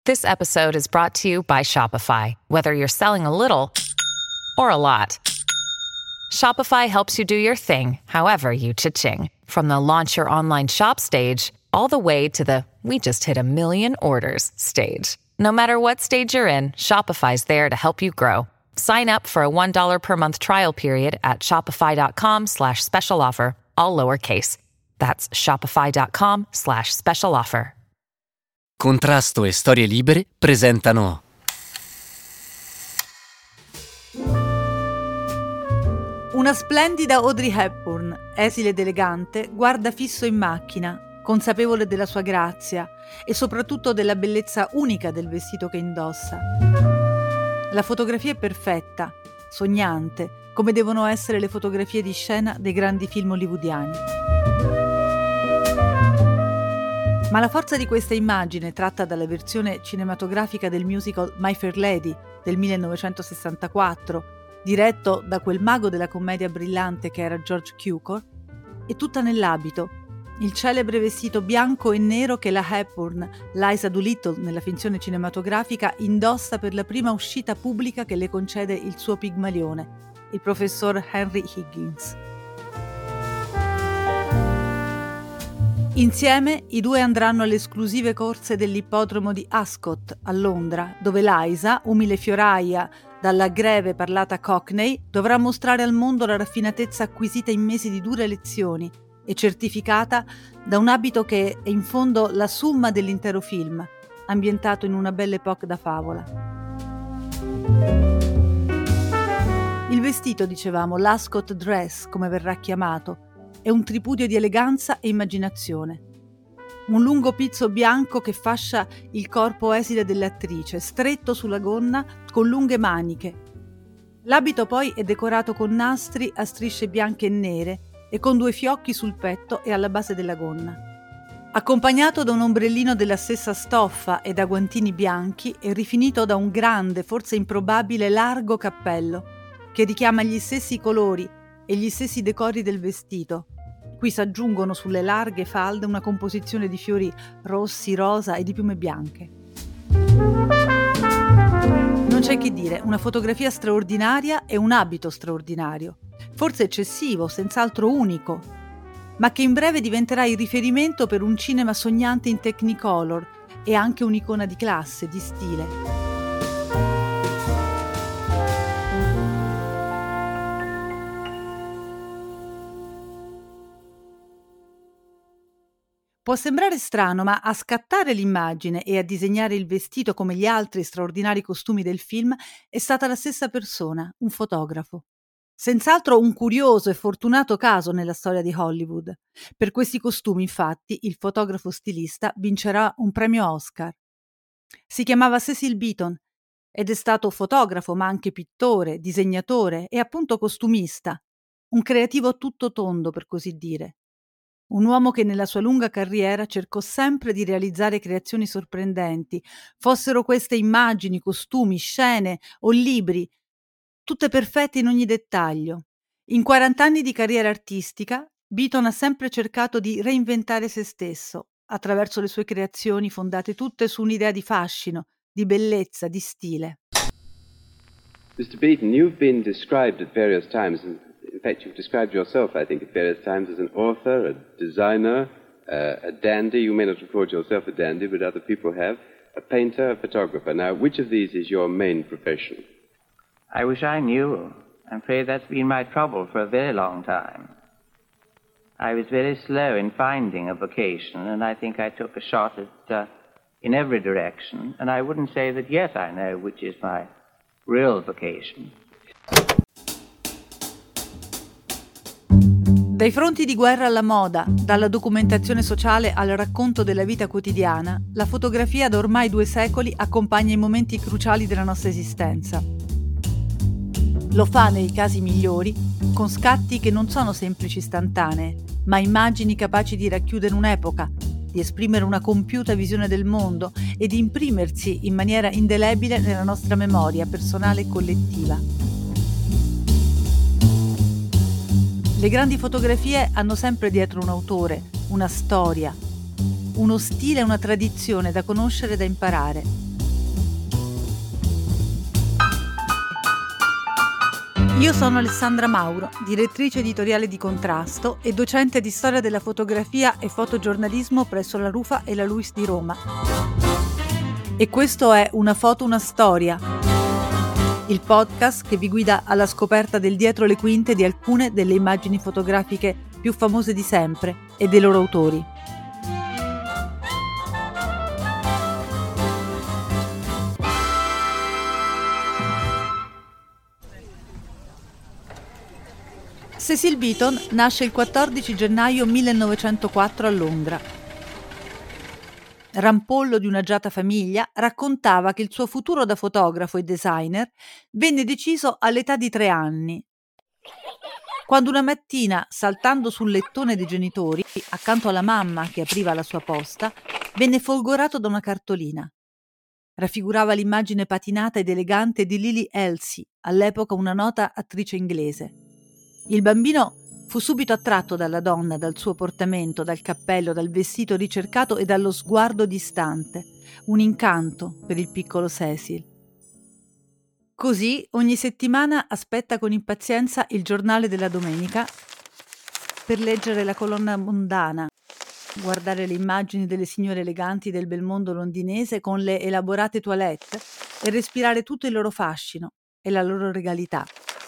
This episode is brought to you by Shopify. Whether you're selling a little or a lot, Shopify helps you do your thing, however you cha-ching. From the launch your online shop stage, all the way to the we just hit 1 million orders stage. No matter what stage you're in, Shopify's there to help you grow. Sign up for a $1 per month trial period at shopify.com/special offer, all lowercase. That's shopify.com/special offer. Contrasto e Storie Libere presentano Una splendida Audrey Hepburn, esile ed elegante, guarda fisso in macchina, consapevole della sua grazia e soprattutto della bellezza unica del vestito che indossa. La fotografia è perfetta, sognante, come devono essere le fotografie di scena dei grandi film hollywoodiani. Ma la forza di questa immagine, tratta dalla versione cinematografica del musical My Fair Lady del 1964, diretto da quel mago della commedia brillante che era George Cukor, è tutta nell'abito, il celebre vestito bianco e nero che la Hepburn, Liza Doolittle nella finzione cinematografica, indossa per la prima uscita pubblica che le concede il suo Pigmalione, il professor Henry Higgins. Insieme i due andranno alle esclusive corse dell'ippodromo di Ascot a Londra, dove Liza, umile fioraia dalla greve parlata Cockney, dovrà mostrare al mondo la raffinatezza acquisita in mesi di dure lezioni e certificata da un abito che è in fondo la summa dell'intero film, ambientato in una belle époque da favola. Il vestito, dicevamo, l'Ascot Dress, come verrà chiamato, è un tripudio di eleganza e immaginazione. Un lungo pizzo bianco che fascia il corpo esile dell'attrice, stretto sulla gonna, con lunghe maniche. L'abito poi è decorato con nastri a strisce bianche e nere e con 2 fiocchi sul petto e alla base della gonna. Accompagnato da un ombrellino della stessa stoffa e da guantini bianchi e rifinito da un grande, forse improbabile, largo cappello che richiama gli stessi colori e gli stessi decori del vestito. Qui si aggiungono sulle larghe falde una composizione di fiori rossi, rosa e di piume bianche. Non c'è che dire, una fotografia straordinaria e un abito straordinario, forse eccessivo, senz'altro unico, ma che in breve diventerà il riferimento per un cinema sognante in Technicolor e anche un'icona di classe, di stile. Può sembrare strano, ma a scattare l'immagine e a disegnare il vestito come gli altri straordinari costumi del film è stata la stessa persona, un fotografo. Senz'altro un curioso e fortunato caso nella storia di Hollywood. Per questi costumi, infatti, il fotografo stilista vincerà un premio Oscar. Si chiamava Cecil Beaton ed è stato fotografo, ma anche pittore, disegnatore e appunto costumista, un creativo a tutto tondo, per così dire. Un uomo che nella sua lunga carriera cercò sempre di realizzare creazioni sorprendenti, fossero queste immagini, costumi, scene o libri, tutte perfette in ogni dettaglio. In 40 anni di carriera artistica, Beaton ha sempre cercato di reinventare se stesso, attraverso le sue creazioni fondate tutte su un'idea di fascino, di bellezza, di stile. Mr. Beaton, you've been described at various times. In fact, you've described yourself, I think, at various times as an author, a designer, a dandy. You may not have called yourself a dandy, but other people have. A painter, a photographer. Now, which of these is your main profession? I wish I knew. I'm afraid that's been my trouble for a very long time. I was very slow in finding a vocation, and I think I took a shot at in every direction. And I wouldn't say that yet I know which is my real vocation. Dai fronti di guerra alla moda, dalla documentazione sociale al racconto della vita quotidiana, la fotografia da ormai 2 secoli accompagna i momenti cruciali della nostra esistenza. Lo fa nei casi migliori con scatti che non sono semplici istantanee, ma immagini capaci di racchiudere un'epoca, di esprimere una compiuta visione del mondo e di imprimersi in maniera indelebile nella nostra memoria personale e collettiva. Le grandi fotografie hanno sempre dietro un autore, una storia, uno stile e una tradizione da conoscere e da imparare. Io sono Alessandra Mauro, direttrice editoriale di Contrasto e docente di storia della fotografia e fotogiornalismo presso la Rufa e la Luis di Roma. E questo è Una foto, una storia, il podcast che vi guida alla scoperta del dietro le quinte di alcune delle immagini fotografiche più famose di sempre e dei loro autori. Cecil Beaton nasce il 14 gennaio 1904 a Londra. Rampollo di un'agiata famiglia, raccontava che il suo futuro da fotografo e designer venne deciso all'età di 3 anni, quando una mattina, saltando sul lettone dei genitori, accanto alla mamma che apriva la sua posta, venne folgorato da una cartolina. Raffigurava l'immagine patinata ed elegante di Lily Elsie, all'epoca una nota attrice inglese. Il bambino fu subito attratto dalla donna, dal suo portamento, dal cappello, dal vestito ricercato e dallo sguardo distante. Un incanto per il piccolo Cecil. Così ogni settimana aspetta con impazienza il giornale della domenica per leggere la colonna mondana, guardare le immagini delle signore eleganti del bel mondo londinese con le elaborate toilette e respirare tutto il loro fascino e la loro regalità.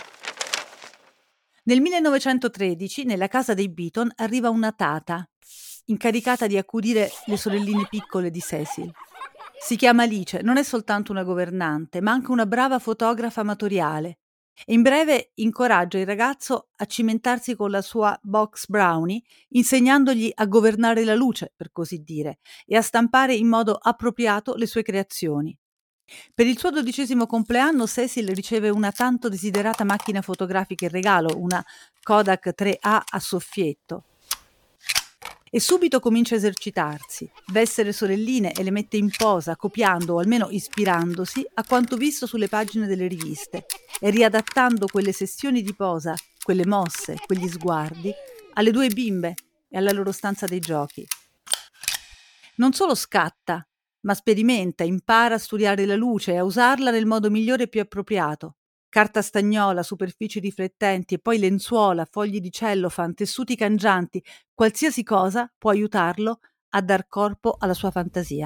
Nel 1913, nella casa dei Beaton, arriva una tata, incaricata di accudire le sorelline piccole di Cecil. Si chiama Alice, non è soltanto una governante, ma anche una brava fotografa amatoriale. E in breve incoraggia il ragazzo a cimentarsi con la sua box Brownie, insegnandogli a governare la luce, per così dire, e a stampare in modo appropriato le sue creazioni. Per il suo 12° compleanno Cecil riceve una tanto desiderata macchina fotografica in regalo, una Kodak 3A a soffietto. E subito comincia a esercitarsi, veste le sorelline e le mette in posa, copiando o almeno ispirandosi a quanto visto sulle pagine delle riviste e riadattando quelle sessioni di posa, quelle mosse, quegli sguardi, alle 2 bimbe e alla loro stanza dei giochi. Non solo scatta, ma sperimenta, impara a studiare la luce e a usarla nel modo migliore e più appropriato. Carta stagnola, superfici riflettenti e poi lenzuola, fogli di cellofan, tessuti cangianti, qualsiasi cosa può aiutarlo a dar corpo alla sua fantasia.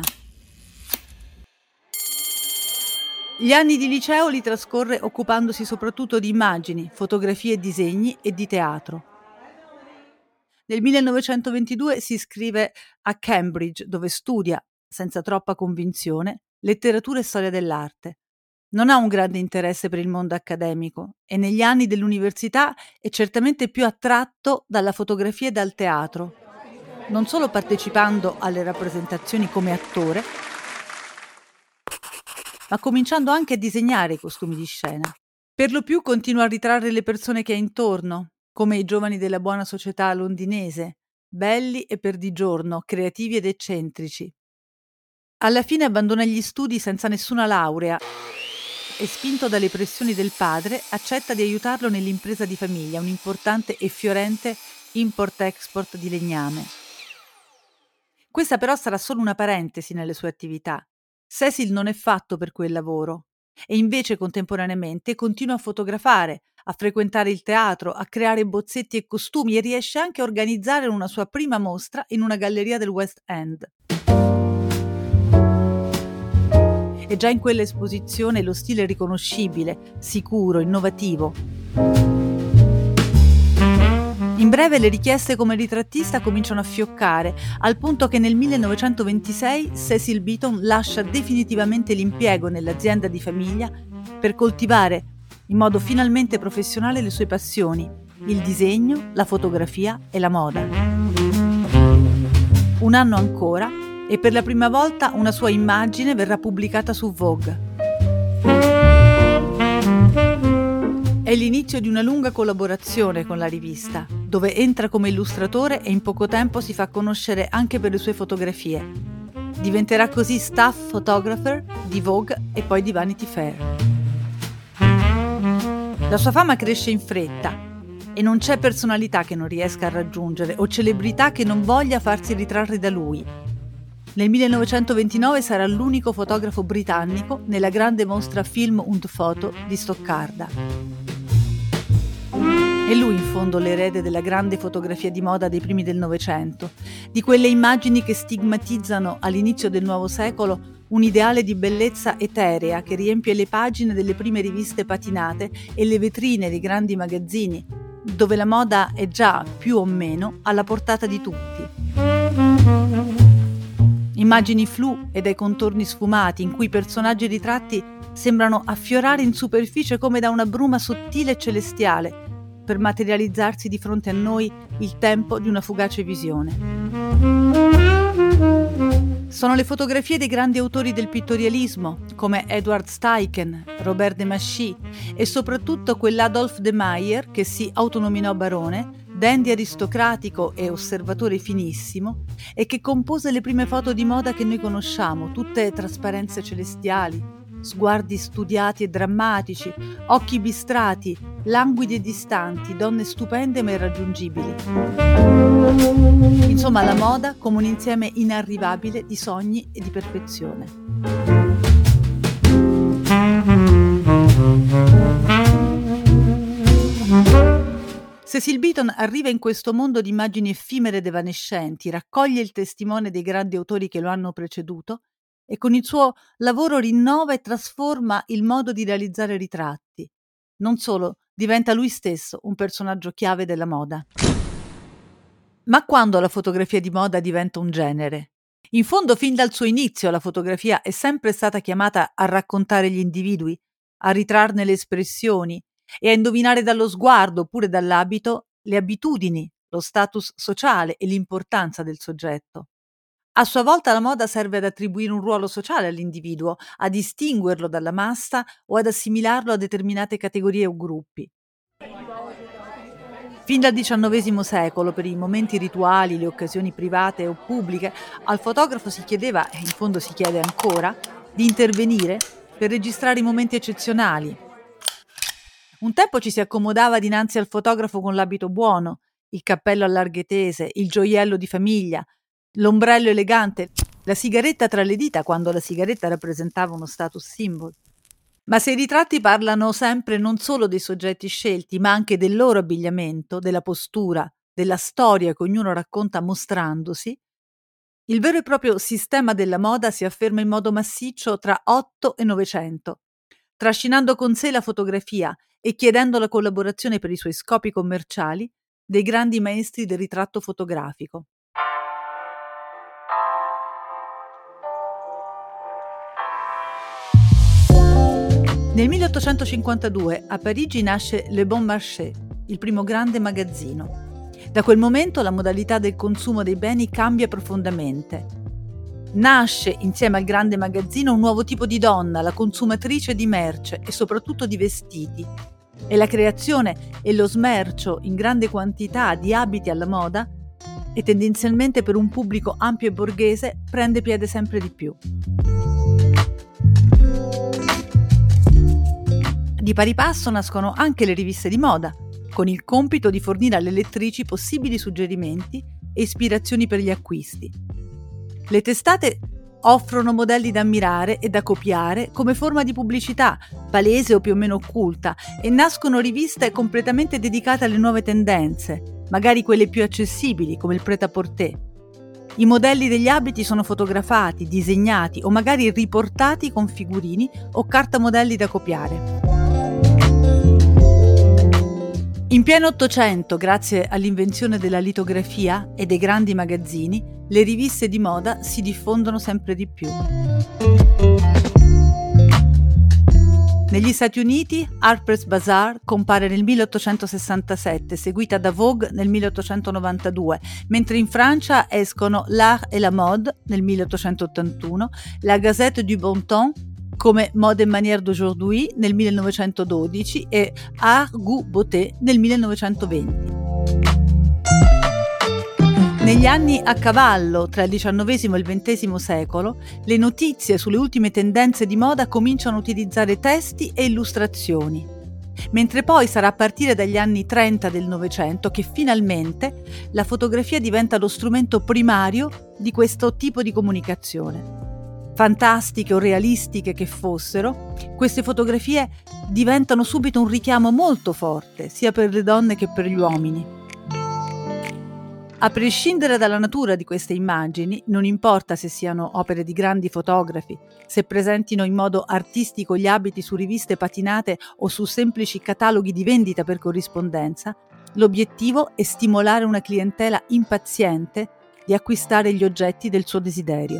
Gli anni di liceo li trascorre occupandosi soprattutto di immagini, fotografie e disegni e di teatro. Nel 1922 si iscrive a Cambridge, dove studia, senza troppa convinzione, letteratura e storia dell'arte. Non ha un grande interesse per il mondo accademico e negli anni dell'università è certamente più attratto dalla fotografia e dal teatro, non solo partecipando alle rappresentazioni come attore, ma cominciando anche a disegnare i costumi di scena. Per lo più continua a ritrarre le persone che ha intorno, come i giovani della buona società londinese, belli e per di giorno, creativi ed eccentrici. Alla fine abbandona gli studi senza nessuna laurea e, spinto dalle pressioni del padre, accetta di aiutarlo nell'impresa di famiglia, un importante e fiorente import-export di legname. Questa però sarà solo una parentesi nelle sue attività. Cecil non è fatto per quel lavoro e invece contemporaneamente continua a fotografare, a frequentare il teatro, a creare bozzetti e costumi e riesce anche a organizzare una sua prima mostra in una galleria del West End. E già in quell'esposizione lo stile è riconoscibile, sicuro, innovativo. In breve le richieste come ritrattista cominciano a fioccare, al punto che nel 1926 Cecil Beaton lascia definitivamente l'impiego nell'azienda di famiglia per coltivare in modo finalmente professionale le sue passioni, il disegno, la fotografia e la moda. Un anno ancora e per la prima volta una sua immagine verrà pubblicata su Vogue. È l'inizio di una lunga collaborazione con la rivista, dove entra come illustratore e in poco tempo si fa conoscere anche per le sue fotografie. Diventerà così staff photographer di Vogue e poi di Vanity Fair. La sua fama cresce in fretta e non c'è personalità che non riesca a raggiungere o celebrità che non voglia farsi ritrarre da lui. Nel 1929 sarà l'unico fotografo britannico nella grande mostra Film und Foto di Stoccarda. È lui in fondo l'erede della grande fotografia di moda dei primi del Novecento, di quelle immagini che stigmatizzano all'inizio del nuovo secolo un ideale di bellezza eterea che riempie le pagine delle prime riviste patinate e le vetrine dei grandi magazzini, dove la moda è già, più o meno, alla portata di tutti. Immagini flu e dai contorni sfumati in cui i personaggi ritratti sembrano affiorare in superficie come da una bruma sottile e celestiale per materializzarsi di fronte a noi il tempo di una fugace visione. Sono le fotografie dei grandi autori del pittorialismo, come Edward Steichen, Robert de Manchy e soprattutto quell'Adolphe de Meyer che si autonominò barone, dandy aristocratico e osservatore finissimo, e che compose le prime foto di moda che noi conosciamo, tutte trasparenze celestiali, sguardi studiati e drammatici, occhi bistrati, languidi e distanti, donne stupende ma irraggiungibili. Insomma, la moda come un insieme inarrivabile di sogni e di perfezione. Cecil Beaton arriva in questo mondo di immagini effimere ed evanescenti, raccoglie il testimone dei grandi autori che lo hanno preceduto e con il suo lavoro rinnova e trasforma il modo di realizzare ritratti. Non solo, diventa lui stesso un personaggio chiave della moda. Ma quando la fotografia di moda diventa un genere? In fondo, fin dal suo inizio, la fotografia è sempre stata chiamata a raccontare gli individui, a ritrarne le espressioni e a indovinare dallo sguardo oppure dall'abito le abitudini, lo status sociale e l'importanza del soggetto. A sua volta la moda serve ad attribuire un ruolo sociale all'individuo, a distinguerlo dalla massa o ad assimilarlo a determinate categorie o gruppi. Fin dal XIX secolo, per i momenti rituali, le occasioni private o pubbliche, al fotografo si chiedeva, e in fondo si chiede ancora, di intervenire per registrare i momenti eccezionali. Un tempo ci si accomodava dinanzi al fotografo con l'abito buono, il cappello a larghe tese, il gioiello di famiglia, l'ombrello elegante, la sigaretta tra le dita quando la sigaretta rappresentava uno status symbol. Ma se i ritratti parlano sempre non solo dei soggetti scelti, ma anche del loro abbigliamento, della postura, della storia che ognuno racconta mostrandosi, il vero e proprio sistema della moda si afferma in modo massiccio tra 8 e 900, trascinando con sé la fotografia e chiedendo la collaborazione per i suoi scopi commerciali dei grandi maestri del ritratto fotografico. Nel 1852 a Parigi nasce Le Bon Marché, il primo grande magazzino. Da quel momento la modalità del consumo dei beni cambia profondamente. Nasce insieme al grande magazzino un nuovo tipo di donna, la consumatrice di merce e soprattutto di vestiti. E la creazione e lo smercio in grande quantità di abiti alla moda, e tendenzialmente per un pubblico ampio e borghese, prende piede sempre di più. Di pari passo nascono anche le riviste di moda, con il compito di fornire alle lettrici possibili suggerimenti e ispirazioni per gli acquisti. Le testate offrono modelli da ammirare e da copiare come forma di pubblicità, palese o più o meno occulta, e nascono riviste completamente dedicate alle nuove tendenze, magari quelle più accessibili come il prêt-à-porter. I modelli degli abiti sono fotografati, disegnati o magari riportati con figurini o cartamodelli da copiare. In pieno Ottocento, grazie all'invenzione della litografia e dei grandi magazzini, le riviste di moda si diffondono sempre di più. Negli Stati Uniti Harper's Bazaar compare nel 1867, seguita da Vogue nel 1892, mentre in Francia escono L'Art et la Mode nel 1881, la Gazette du Bon Temps come Mode et Manière d'aujourd'hui nel 1912 e Art, Goût, Beauté nel 1920. Negli anni a cavallo tra il XIX e il XX secolo, le notizie sulle ultime tendenze di moda cominciano a utilizzare testi e illustrazioni, mentre poi sarà a partire dagli anni 30 del Novecento che finalmente la fotografia diventa lo strumento primario di questo tipo di comunicazione. Fantastiche o realistiche che fossero, queste fotografie diventano subito un richiamo molto forte, sia per le donne che per gli uomini. A prescindere dalla natura di queste immagini, non importa se siano opere di grandi fotografi, se presentino in modo artistico gli abiti su riviste patinate o su semplici cataloghi di vendita per corrispondenza, l'obiettivo è stimolare una clientela impaziente di acquistare gli oggetti del suo desiderio.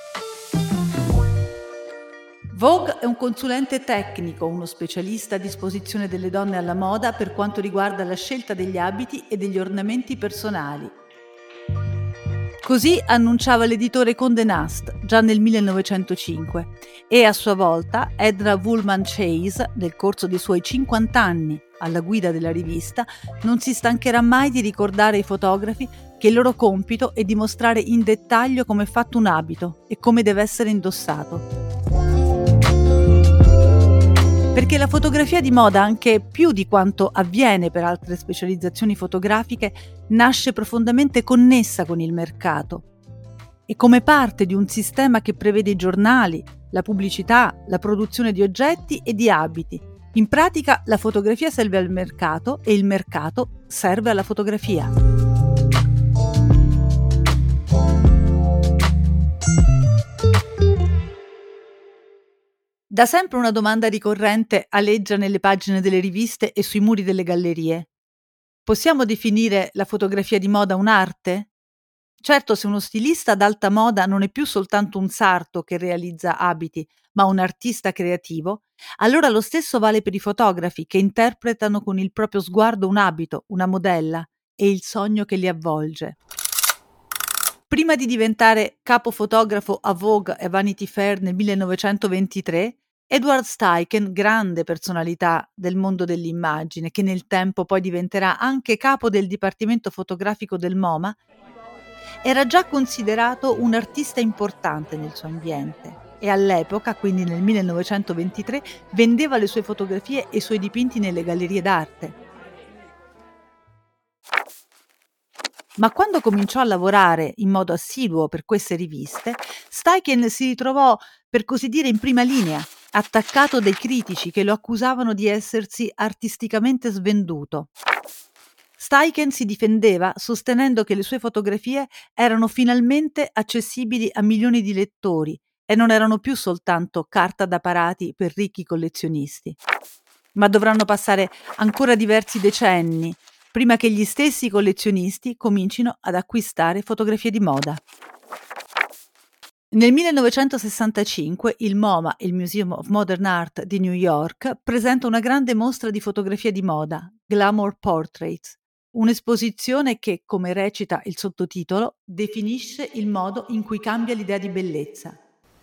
Vogue è un consulente tecnico, uno specialista a disposizione delle donne alla moda per quanto riguarda la scelta degli abiti e degli ornamenti personali. Così annunciava l'editore Condé Nast già nel 1905 e a sua volta Edna Woolman Chase, nel corso dei suoi 50 anni alla guida della rivista, non si stancherà mai di ricordare ai fotografi che il loro compito è dimostrare in dettaglio come è fatto un abito e come deve essere indossato. Perché la fotografia di moda, anche più di quanto avviene per altre specializzazioni fotografiche, nasce profondamente connessa con il mercato e come parte di un sistema che prevede i giornali, la pubblicità, la produzione di oggetti e di abiti. In pratica la fotografia serve al mercato e il mercato serve alla fotografia. Da sempre una domanda ricorrente aleggia nelle pagine delle riviste e sui muri delle gallerie. Possiamo definire la fotografia di moda un'arte? Certo, se uno stilista d'alta moda non è più soltanto un sarto che realizza abiti, ma un artista creativo, allora lo stesso vale per i fotografi che interpretano con il proprio sguardo un abito, una modella e il sogno che li avvolge. Prima di diventare capo fotografo a Vogue e Vanity Fair nel 1923, Edward Steichen, grande personalità del mondo dell'immagine, che nel tempo poi diventerà anche capo del dipartimento fotografico del MoMA, era già considerato un artista importante nel suo ambiente e all'epoca, quindi nel 1923, vendeva le sue fotografie e i suoi dipinti nelle gallerie d'arte. Ma quando cominciò a lavorare in modo assiduo per queste riviste, Steichen si ritrovò, per così dire, in prima linea, attaccato dai critici che lo accusavano di essersi artisticamente svenduto. Steichen si difendeva sostenendo che le sue fotografie erano finalmente accessibili a milioni di lettori e non erano più soltanto carta da parati per ricchi collezionisti. Ma dovranno passare ancora diversi decenni prima che gli stessi collezionisti comincino ad acquistare fotografie di moda. Nel 1965 il MoMA, il Museum of Modern Art di New York, presenta una grande mostra di fotografia di moda, Glamour Portraits, un'esposizione che, come recita il sottotitolo, definisce il modo in cui cambia l'idea di bellezza.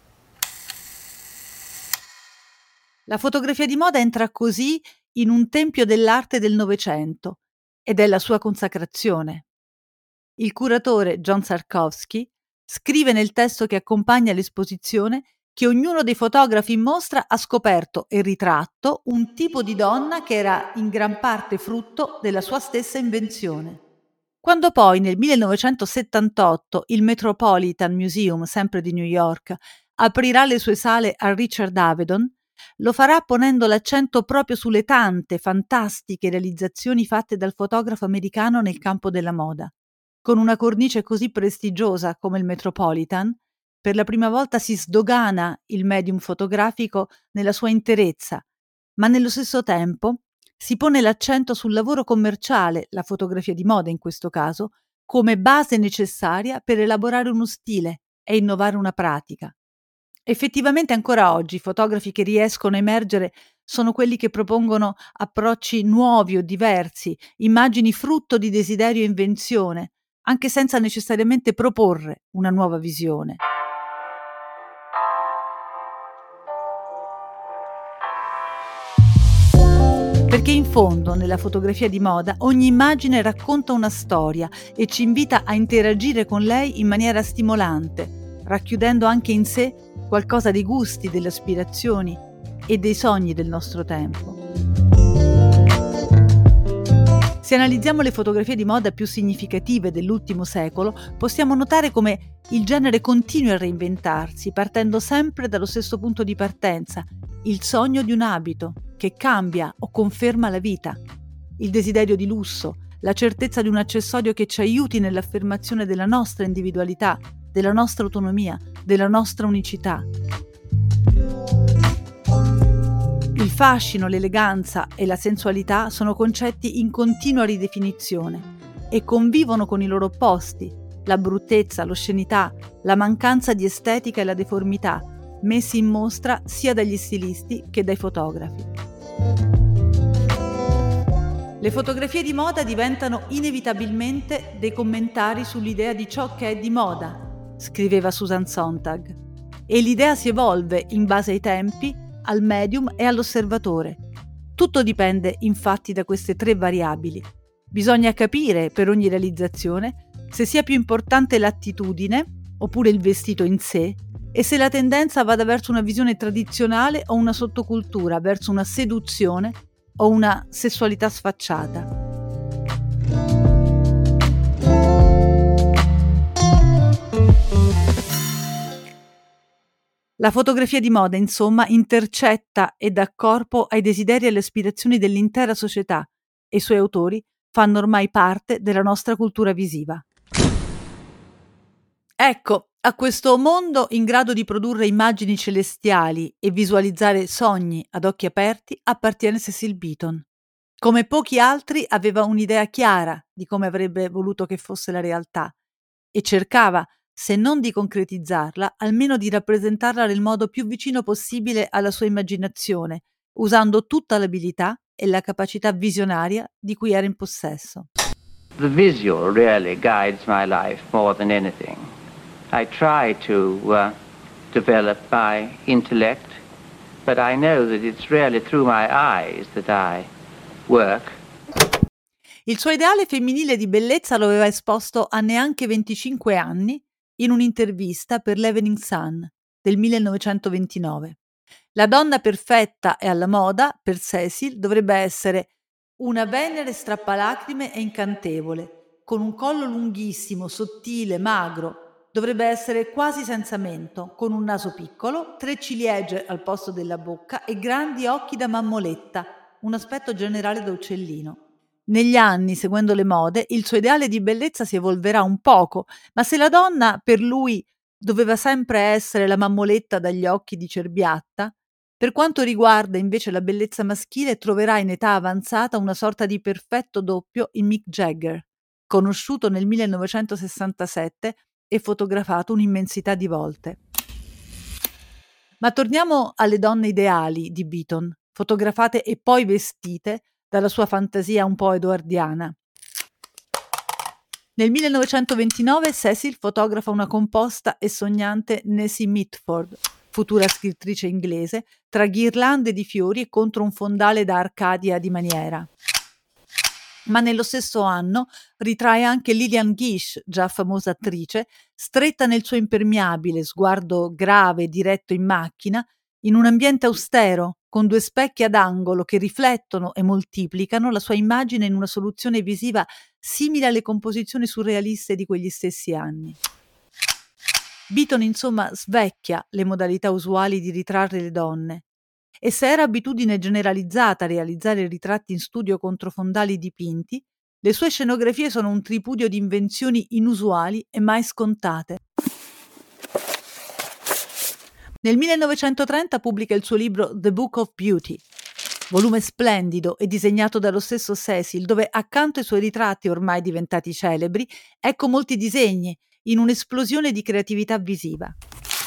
La fotografia di moda entra così in un tempio dell'arte del Novecento ed è la sua consacrazione. Il curatore John Sarkowski scrive nel testo che accompagna l'esposizione che ognuno dei fotografi in mostra ha scoperto e ritratto un tipo di donna che era in gran parte frutto della sua stessa invenzione. Quando poi nel 1978 il Metropolitan Museum, sempre di New York, aprirà le sue sale a Richard Avedon, lo farà ponendo l'accento proprio sulle tante fantastiche realizzazioni fatte dal fotografo americano nel campo della moda. Con una cornice così prestigiosa come il Metropolitan, per la prima volta si sdogana il medium fotografico nella sua interezza, ma nello stesso tempo si pone l'accento sul lavoro commerciale, la fotografia di moda in questo caso, come base necessaria per elaborare uno stile e innovare una pratica. Effettivamente ancora oggi i fotografi che riescono a emergere sono quelli che propongono approcci nuovi o diversi, immagini frutto di desiderio e invenzione, anche senza necessariamente proporre una nuova visione. Perché in fondo, nella fotografia di moda, ogni immagine racconta una storia e ci invita a interagire con lei in maniera stimolante, racchiudendo anche in sé qualcosa dei gusti, delle aspirazioni e dei sogni del nostro tempo. Se analizziamo le fotografie di moda più significative dell'ultimo secolo, possiamo notare come il genere continui a reinventarsi, partendo sempre dallo stesso punto di partenza, il sogno di un abito che cambia o conferma la vita, il desiderio di lusso, la certezza di un accessorio che ci aiuti nell'affermazione della nostra individualità, della nostra autonomia, della nostra unicità. Il fascino, l'eleganza e la sensualità sono concetti in continua ridefinizione e convivono con i loro opposti, la bruttezza, l'oscenità, la mancanza di estetica e la deformità, messi in mostra sia dagli stilisti che dai fotografi. Le fotografie di moda diventano inevitabilmente dei commentari sull'idea di ciò che è di moda, scriveva Susan Sontag, e l'idea si evolve in base ai tempi, al medium e all'osservatore. Tutto dipende infatti da queste tre variabili. Bisogna capire per ogni realizzazione se sia più importante l'attitudine oppure il vestito in sé e se la tendenza vada verso una visione tradizionale o una sottocultura, verso una seduzione o una sessualità sfacciata. La fotografia di moda, insomma, intercetta e dà corpo ai desideri e alle aspirazioni dell'intera società e i suoi autori fanno ormai parte della nostra cultura visiva. Ecco, a questo mondo in grado di produrre immagini celestiali e visualizzare sogni ad occhi aperti appartiene Cecil Beaton. Come pochi altri aveva un'idea chiara di come avrebbe voluto che fosse la realtà e cercava, se non di concretizzarla, almeno di rappresentarla nel modo più vicino possibile alla sua immaginazione, usando tutta l'abilità e la capacità visionaria di cui era in possesso. The visual really guides my life more than anything. I try to develop my intellect, but I know that it's really through my eyes that I work. Il suo ideale femminile di bellezza lo aveva esposto a neanche 25 anni in un'intervista per l'Evening Sun del 1929. La donna perfetta e alla moda, per Cecil, dovrebbe essere una Venere strappalacrime e incantevole, con un collo lunghissimo, sottile, magro. Dovrebbe essere quasi senza mento, con un naso piccolo, 3 ciliegie al posto della bocca e grandi occhi da mammoletta, un aspetto generale da uccellino. Negli anni, seguendo le mode, il suo ideale di bellezza si evolverà un poco, ma se la donna per lui doveva sempre essere la mammoletta dagli occhi di cerbiatta, per quanto riguarda invece la bellezza maschile troverà in età avanzata una sorta di perfetto doppio in Mick Jagger, conosciuto nel 1967 e fotografato un'immensità di volte. Ma torniamo alle donne ideali di Beaton, fotografate e poi vestite dalla sua fantasia un po' edoardiana. Nel 1929 Cecil fotografa una composta e sognante Nessie Mitford, futura scrittrice inglese, tra ghirlande di fiori e contro un fondale da Arcadia di maniera. Ma nello stesso anno ritrae anche Lillian Gish, già famosa attrice, stretta nel suo impermeabile, sguardo grave e diretto in macchina, in un ambiente austero, con 2 specchi ad angolo che riflettono e moltiplicano la sua immagine in una soluzione visiva simile alle composizioni surrealiste di quegli stessi anni. Beaton, insomma, svecchia le modalità usuali di ritrarre le donne. E se era abitudine generalizzata realizzare ritratti in studio contro fondali dipinti, le sue scenografie sono un tripudio di invenzioni inusuali e mai scontate. Nel 1930 pubblica il suo libro The Book of Beauty, volume splendido e disegnato dallo stesso Cecil, dove accanto ai suoi ritratti ormai diventati celebri, ecco molti disegni, in un'esplosione di creatività visiva.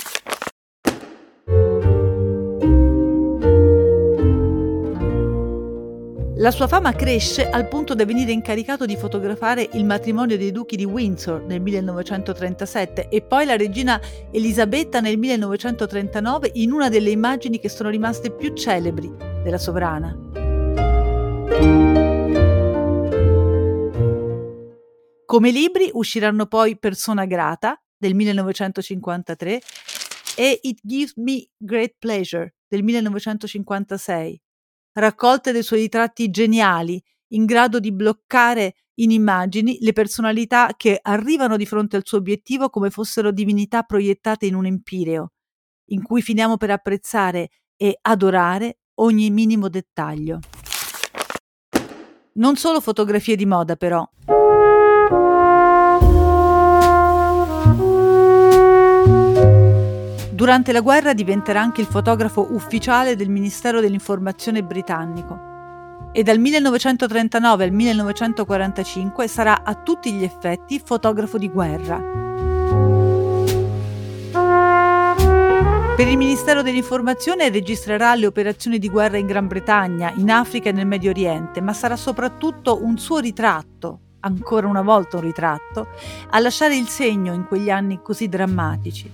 La sua fama cresce al punto da venire incaricato di fotografare il matrimonio dei duchi di Windsor nel 1937 e poi la regina Elisabetta nel 1939 in una delle immagini che sono rimaste più celebri della sovrana. Come libri usciranno poi Persona grata del 1953 e It Gives Me Great Pleasure del 1956. Raccolte dei suoi ritratti geniali, in grado di bloccare in immagini le personalità che arrivano di fronte al suo obiettivo come fossero divinità proiettate in un empireo, in cui finiamo per apprezzare e adorare ogni minimo dettaglio. Non solo fotografie di moda, però. Durante la guerra diventerà anche il fotografo ufficiale del Ministero dell'Informazione britannico e dal 1939 al 1945 sarà a tutti gli effetti fotografo di guerra. Per il Ministero dell'Informazione registrerà le operazioni di guerra in Gran Bretagna, in Africa e nel Medio Oriente, ma sarà soprattutto un suo ritratto, ancora una volta un ritratto, a lasciare il segno in quegli anni così drammatici.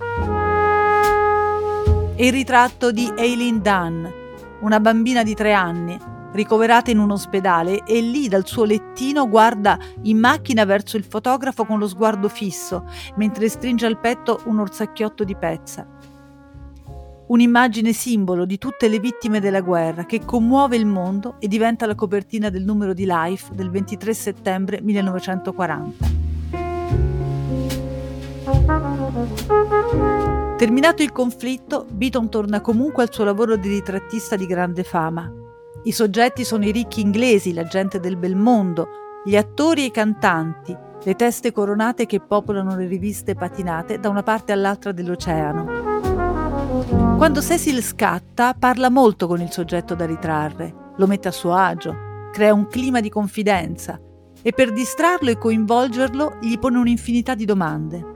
È il ritratto di Eileen Dunn, una bambina di 3 anni, ricoverata in un ospedale, e lì dal suo lettino guarda in macchina verso il fotografo con lo sguardo fisso, mentre stringe al petto un orsacchiotto di pezza. Un'immagine simbolo di tutte le vittime della guerra che commuove il mondo e diventa la copertina del numero di Life del 23 settembre 1940. Terminato il conflitto, Beaton torna comunque al suo lavoro di ritrattista di grande fama. I soggetti sono i ricchi inglesi, la gente del bel mondo, gli attori e i cantanti, le teste coronate che popolano le riviste patinate da una parte all'altra dell'oceano. Quando Cecil scatta, parla molto con il soggetto da ritrarre, lo mette a suo agio, crea un clima di confidenza e per distrarlo e coinvolgerlo gli pone un'infinità di domande.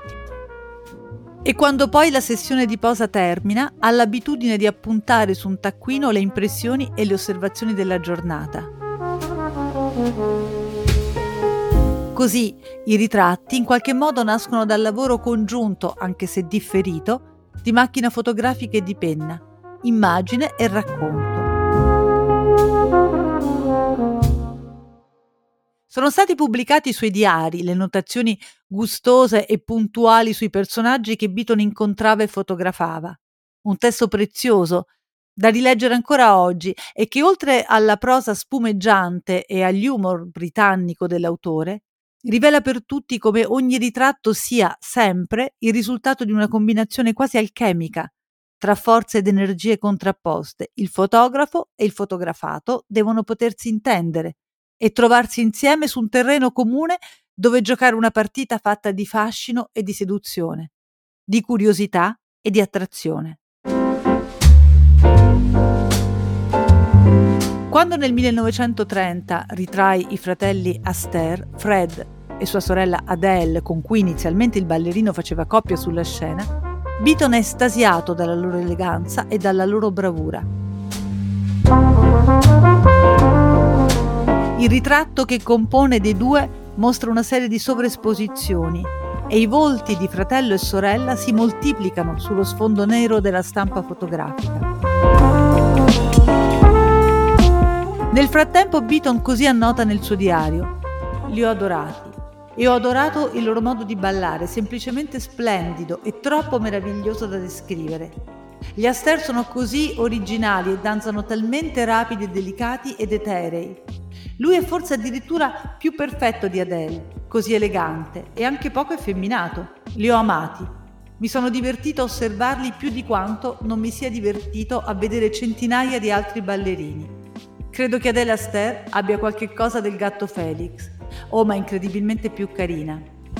E quando poi la sessione di posa termina, ha l'abitudine di appuntare su un taccuino le impressioni e le osservazioni della giornata. Così i ritratti in qualche modo nascono dal lavoro congiunto, anche se differito, di macchina fotografica e di penna, immagine e racconto. Sono stati pubblicati i suoi diari, le notazioni gustose e puntuali sui personaggi che Beaton incontrava e fotografava. Un testo prezioso, da rileggere ancora oggi e che oltre alla prosa spumeggiante e agli humor britannico dell'autore, rivela per tutti come ogni ritratto sia sempre il risultato di una combinazione quasi alchemica tra forze ed energie contrapposte. Il fotografo e il fotografato devono potersi intendere e trovarsi insieme su un terreno comune dove giocare una partita fatta di fascino e di seduzione, di curiosità e di attrazione. Quando nel 1930 ritrae i fratelli Astaire, Fred e sua sorella Adele, con cui inizialmente il ballerino faceva coppia sulla scena, Beaton è estasiato dalla loro eleganza e dalla loro bravura. Il ritratto che compone dei due mostra una serie di sovraesposizioni e i volti di fratello e sorella si moltiplicano sullo sfondo nero della stampa fotografica. Nel frattempo Beaton così annota nel suo diario: li ho adorati e ho adorato il loro modo di ballare, semplicemente splendido e troppo meraviglioso da descrivere. Gli Astaire sono così originali e danzano talmente rapidi e delicati ed eterei. Lui è forse addirittura più perfetto di Adele, così elegante e anche poco effeminato. Li ho amati. Mi sono divertito a osservarli più di quanto non mi sia divertito a vedere centinaia di altri ballerini. Credo che Adele Astaire abbia qualche cosa del gatto Felix, ma incredibilmente più carina.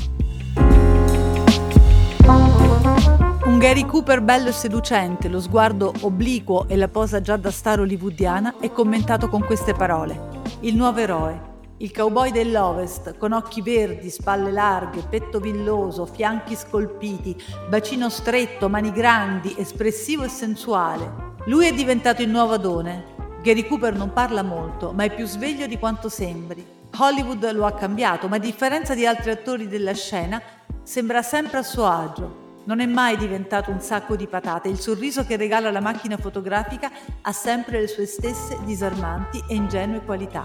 Un Gary Cooper bello e seducente, lo sguardo obliquo e la posa già da star hollywoodiana è commentato con queste parole: il nuovo eroe, il cowboy dell'Ovest, con occhi verdi, spalle larghe, petto villoso, fianchi scolpiti, bacino stretto, mani grandi, espressivo e sensuale. Lui è diventato il nuovo Adone. Gary Cooper non parla molto, ma è più sveglio di quanto sembri. Hollywood lo ha cambiato, ma a differenza di altri attori della scena, sembra sempre a suo agio. Non è mai diventato un sacco di patate. Il sorriso che regala la macchina fotografica ha sempre le sue stesse disarmanti e ingenue qualità.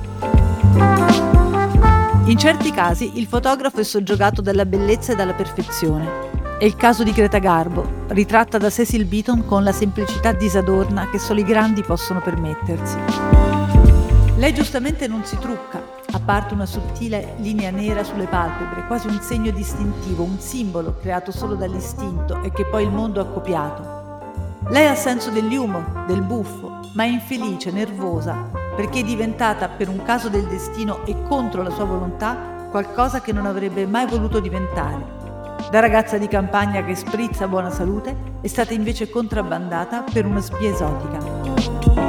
In certi casi il fotografo è soggiogato dalla bellezza e dalla perfezione. È il caso di Greta Garbo, ritratta da Cecil Beaton con la semplicità disadorna che solo i grandi possono permettersi. Lei giustamente non si trucca, a parte una sottile linea nera sulle palpebre, quasi un segno distintivo, un simbolo creato solo dall'istinto e che poi il mondo ha copiato. Lei ha senso dell'umor, del buffo, ma è infelice, nervosa, perché è diventata, per un caso del destino e contro la sua volontà, qualcosa che non avrebbe mai voluto diventare. Da ragazza di campagna che sprizza buona salute, è stata invece contrabbandata per una spia esotica.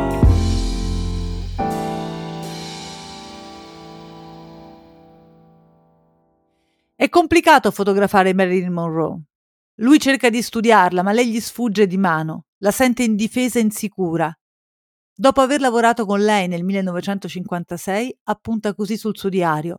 È complicato fotografare Marilyn Monroe. Lui cerca di studiarla, ma lei gli sfugge di mano, la sente indifesa e insicura. Dopo aver lavorato con lei nel 1956, appunta così sul suo diario: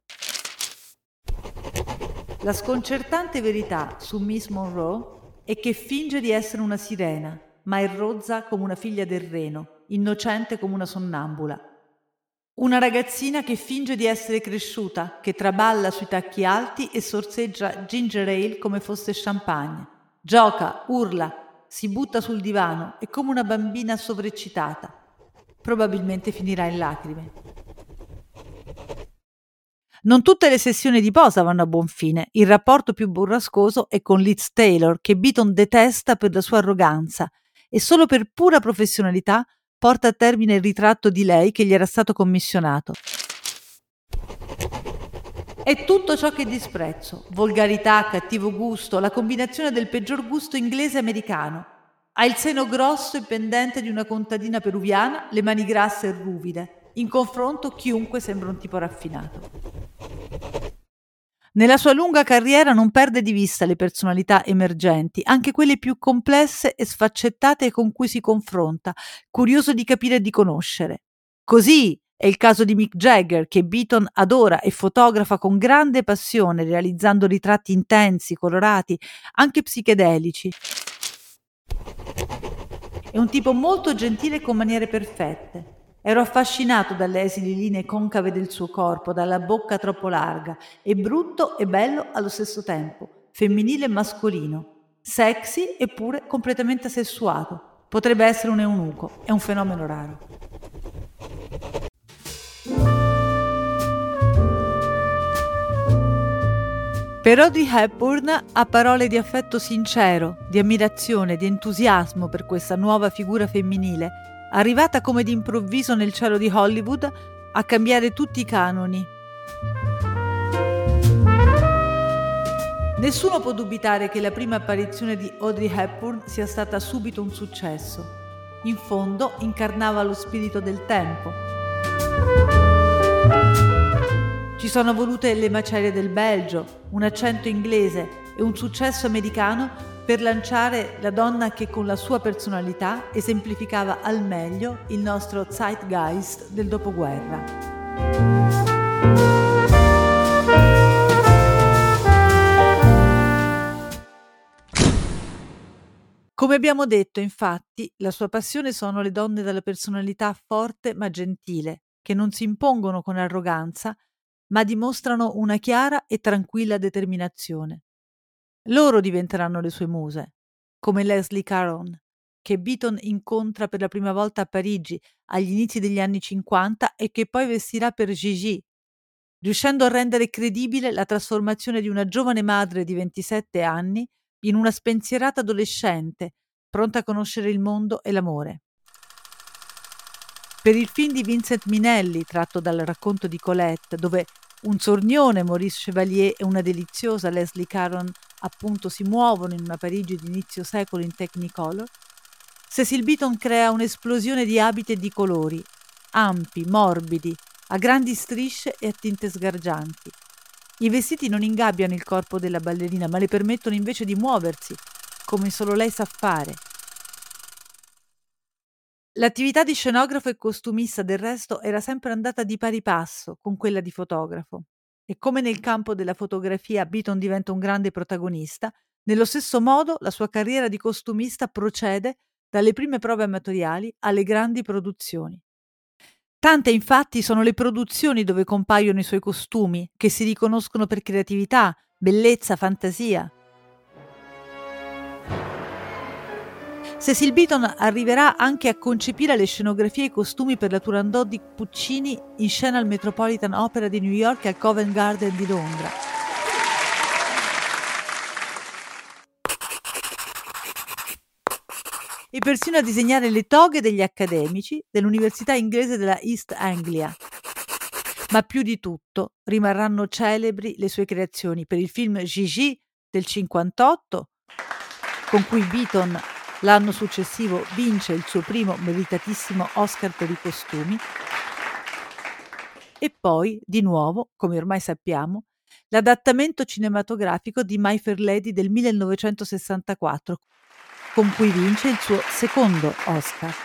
la sconcertante verità su Miss Monroe è che finge di essere una sirena, ma è rozza come una figlia del Reno, innocente come una sonnambula. Una ragazzina che finge di essere cresciuta, che traballa sui tacchi alti e sorseggia ginger ale come fosse champagne. Gioca, urla, si butta sul divano, è come una bambina sovreccitata. Probabilmente finirà in lacrime. Non tutte le sessioni di posa vanno a buon fine. Il rapporto più burrascoso è con Liz Taylor, che Beaton detesta per la sua arroganza, e solo per pura professionalità porta a termine il ritratto di lei che gli era stato commissionato. È tutto ciò che disprezzo: volgarità, cattivo gusto, la combinazione del peggior gusto inglese e americano. Ha il seno grosso e pendente di una contadina peruviana, le mani grasse e ruvide. In confronto chiunque sembra un tipo raffinato. Nella sua lunga carriera non perde di vista le personalità emergenti, anche quelle più complesse e sfaccettate con cui si confronta, curioso di capire e di conoscere. Così è il caso di Mick Jagger, che Beaton adora e fotografa con grande passione, realizzando ritratti intensi, colorati, anche psichedelici. È un tipo molto gentile e con maniere perfette. Ero affascinato dalle esili linee concave del suo corpo, dalla bocca troppo larga, e brutto e bello allo stesso tempo, femminile e mascolino, sexy eppure completamente sessuato. Potrebbe essere un eunuco, è un fenomeno raro. Per Audrey Hepburn ha parole di affetto sincero, di ammirazione, di entusiasmo per questa nuova figura femminile, arrivata come d'improvviso nel cielo di Hollywood a cambiare tutti i canoni. Nessuno può dubitare che la prima apparizione di Audrey Hepburn sia stata subito un successo. In fondo incarnava lo spirito del tempo. Ci sono volute le macerie del Belgio, un accento inglese e un successo americano per lanciare la donna che con la sua personalità esemplificava al meglio il nostro zeitgeist del dopoguerra. Come abbiamo detto, infatti, la sua passione sono le donne dalla personalità forte ma gentile, che non si impongono con arroganza, ma dimostrano una chiara e tranquilla determinazione. Loro diventeranno le sue muse, come Leslie Caron, che Beaton incontra per la prima volta a Parigi agli inizi degli anni 50 e che poi vestirà per Gigi, riuscendo a rendere credibile la trasformazione di una giovane madre di 27 anni in una spensierata adolescente, pronta a conoscere il mondo e l'amore. Per il film di Vincent Minnelli, tratto dal racconto di Colette, dove un sornione Maurice Chevalier e una deliziosa Leslie Caron appunto si muovono in una Parigi di inizio secolo in Technicolor, Cecil Beaton crea un'esplosione di abiti e di colori, ampi, morbidi, a grandi strisce e a tinte sgargianti. I vestiti non ingabbiano il corpo della ballerina, ma le permettono invece di muoversi, come solo lei sa fare. L'attività di scenografo e costumista, del resto, era sempre andata di pari passo con quella di fotografo. E come nel campo della fotografia Beaton diventa un grande protagonista, nello stesso modo la sua carriera di costumista procede dalle prime prove amatoriali alle grandi produzioni. Tante infatti sono le produzioni dove compaiono i suoi costumi, che si riconoscono per creatività, bellezza, fantasia. Cecil Beaton arriverà anche a concepire le scenografie e i costumi per la Turandot di Puccini in scena al Metropolitan Opera di New York e al Covent Garden di Londra. E persino a disegnare le toghe degli accademici dell'Università inglese della East Anglia. Ma più di tutto rimarranno celebri le sue creazioni per il film Gigi del 58, con cui Beaton l'anno successivo vince il suo primo meritatissimo Oscar per i costumi, e poi, di nuovo, come ormai sappiamo, l'adattamento cinematografico di My Fair Lady del 1964, con cui vince il suo secondo Oscar.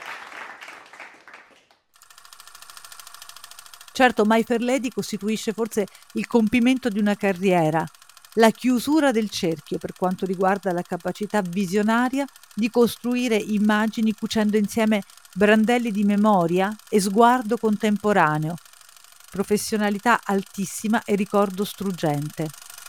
Certo, My Fair Lady costituisce forse il compimento di una carriera, la chiusura del cerchio per quanto riguarda la capacità visionaria di costruire immagini cucendo insieme brandelli di memoria e sguardo contemporaneo, professionalità altissima e ricordo struggente.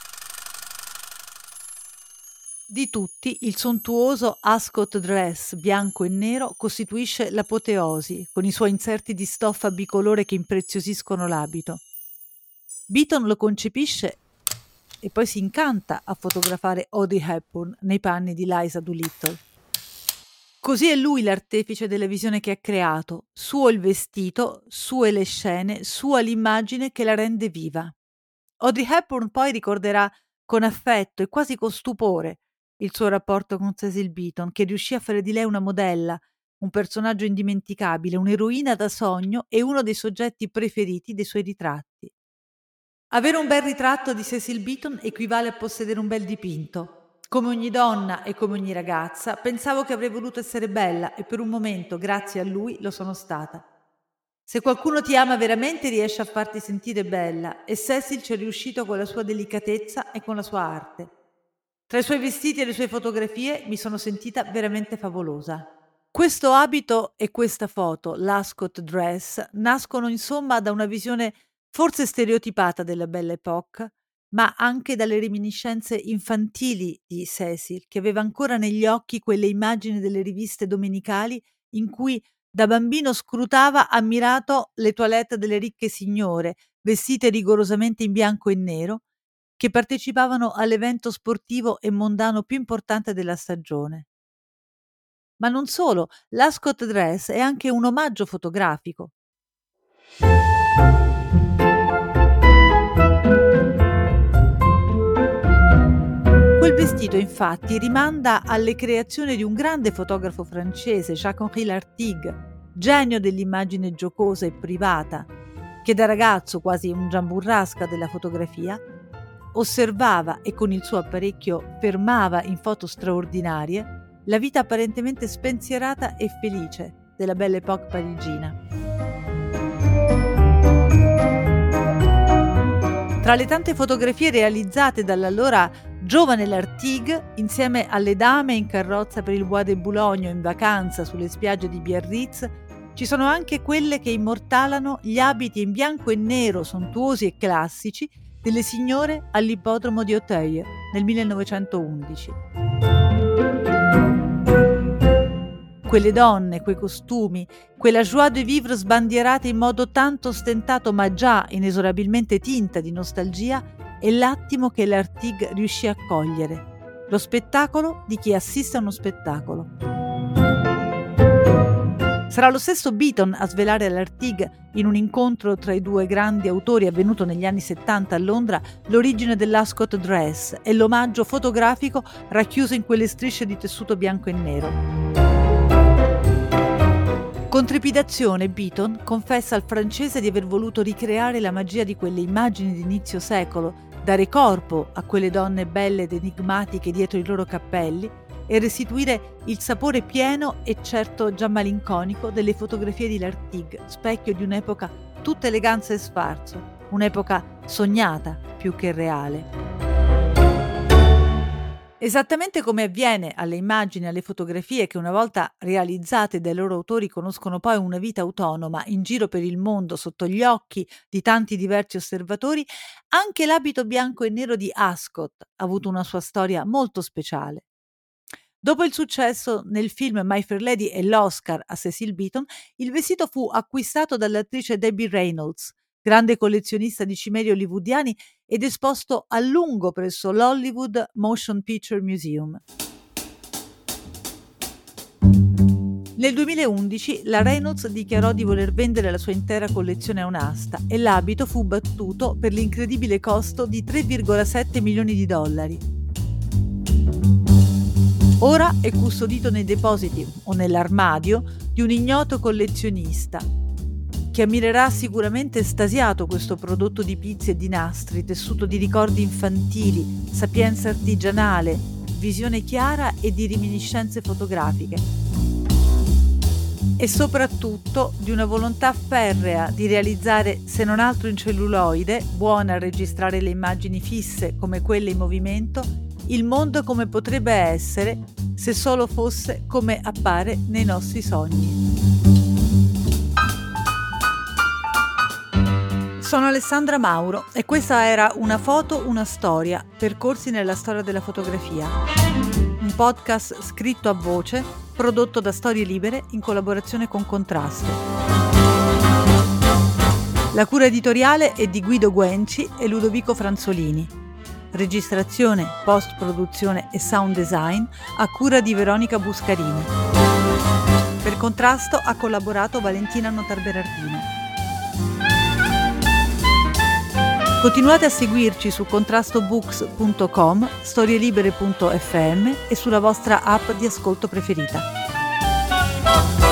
Di tutti, il sontuoso Ascot Dress bianco e nero costituisce l'apoteosi, con i suoi inserti di stoffa bicolore che impreziosiscono l'abito. Beaton lo concepisce e poi si incanta a fotografare Audrey Hepburn nei panni di Liza Doolittle. Così è lui l'artefice della visione che ha creato, suo il vestito, sue le scene, sua l'immagine che la rende viva. Audrey Hepburn poi ricorderà con affetto e quasi con stupore il suo rapporto con Cecil Beaton, che riuscì a fare di lei una modella, un personaggio indimenticabile, un'eroina da sogno e uno dei soggetti preferiti dei suoi ritratti. Avere un bel ritratto di Cecil Beaton equivale a possedere un bel dipinto. Come ogni donna e come ogni ragazza, pensavo che avrei voluto essere bella e per un momento, grazie a lui, lo sono stata. Se qualcuno ti ama veramente riesce a farti sentire bella e Cecil ci è riuscito con la sua delicatezza e con la sua arte. Tra i suoi vestiti e le sue fotografie mi sono sentita veramente favolosa. Questo abito e questa foto, l'Ascot Dress, nascono insomma da una visione forse stereotipata della Belle Époque, ma anche dalle reminiscenze infantili di Cecil, che aveva ancora negli occhi quelle immagini delle riviste domenicali in cui da bambino scrutava ammirato le toilette delle ricche signore, vestite rigorosamente in bianco e nero, che partecipavano all'evento sportivo e mondano più importante della stagione. Ma non solo, l'Ascot Dress è anche un omaggio fotografico. Quel vestito, infatti, rimanda alle creazioni di un grande fotografo francese, Jacques-Henri Lartigue, genio dell'immagine giocosa e privata, che da ragazzo, quasi un Gian Burrasca della fotografia, osservava e con il suo apparecchio fermava in foto straordinarie la vita apparentemente spensierata e felice della Belle Époque parigina. Tra le tante fotografie realizzate dall'allora giovane Lartigue, insieme alle dame in carrozza per il Bois de Boulogne o in vacanza sulle spiagge di Biarritz, ci sono anche quelle che immortalano gli abiti in bianco e nero sontuosi e classici delle signore all'ippodromo di Auteuil nel 1911. Quelle donne, quei costumi, quella joie de vivre sbandierata in modo tanto ostentato ma già inesorabilmente tinta di nostalgia, è l'attimo che Lartigue riuscì a cogliere, lo spettacolo di chi assiste a uno spettacolo. Sarà lo stesso Beaton a svelare a Lartigue, in un incontro tra i due grandi autori avvenuto negli anni 70 a Londra, l'origine dell'Ascot Dress e l'omaggio fotografico racchiuso in quelle strisce di tessuto bianco e nero. Con trepidazione Beaton confessa al francese di aver voluto ricreare la magia di quelle immagini di inizio secolo, dare corpo a quelle donne belle ed enigmatiche dietro i loro cappelli e restituire il sapore pieno e certo già malinconico delle fotografie di Lartigue, specchio di un'epoca tutta eleganza e sfarzo, un'epoca sognata più che reale. Esattamente come avviene alle immagini e alle fotografie che una volta realizzate dai loro autori conoscono poi una vita autonoma in giro per il mondo sotto gli occhi di tanti diversi osservatori, anche l'abito bianco e nero di Ascot ha avuto una sua storia molto speciale. Dopo il successo nel film My Fair Lady e l'Oscar a Cecil Beaton, il vestito fu acquistato dall'attrice Debbie Reynolds, grande collezionista di cimeli hollywoodiani, ed esposto a lungo presso l'Hollywood Motion Picture Museum. Nel 2011 la Reynolds dichiarò di voler vendere la sua intera collezione a un'asta e l'abito fu battuto per l'incredibile costo di $3,7 milioni. Ora è custodito nei depositi o nell'armadio di un ignoto collezionista che ammirerà sicuramente estasiato questo prodotto di pizzi e di nastri, tessuto di ricordi infantili, sapienza artigianale, visione chiara e di reminiscenze fotografiche. E soprattutto di una volontà ferrea di realizzare, se non altro in celluloide, buona a registrare le immagini fisse come quelle in movimento, il mondo come potrebbe essere se solo fosse come appare nei nostri sogni. Sono Alessandra Mauro e questa era Una foto, una storia, percorsi nella storia della fotografia. Un podcast scritto a voce, prodotto da Storie Libere in collaborazione con Contrasto. La cura editoriale è di Guido Guenci e Ludovico Franzolini. Registrazione, post-produzione e sound design a cura di Veronica Buscarini. Per Contrasto ha collaborato Valentina Notarberardino. Continuate a seguirci su contrastobooks.com, storielibere.fm e sulla vostra app di ascolto preferita.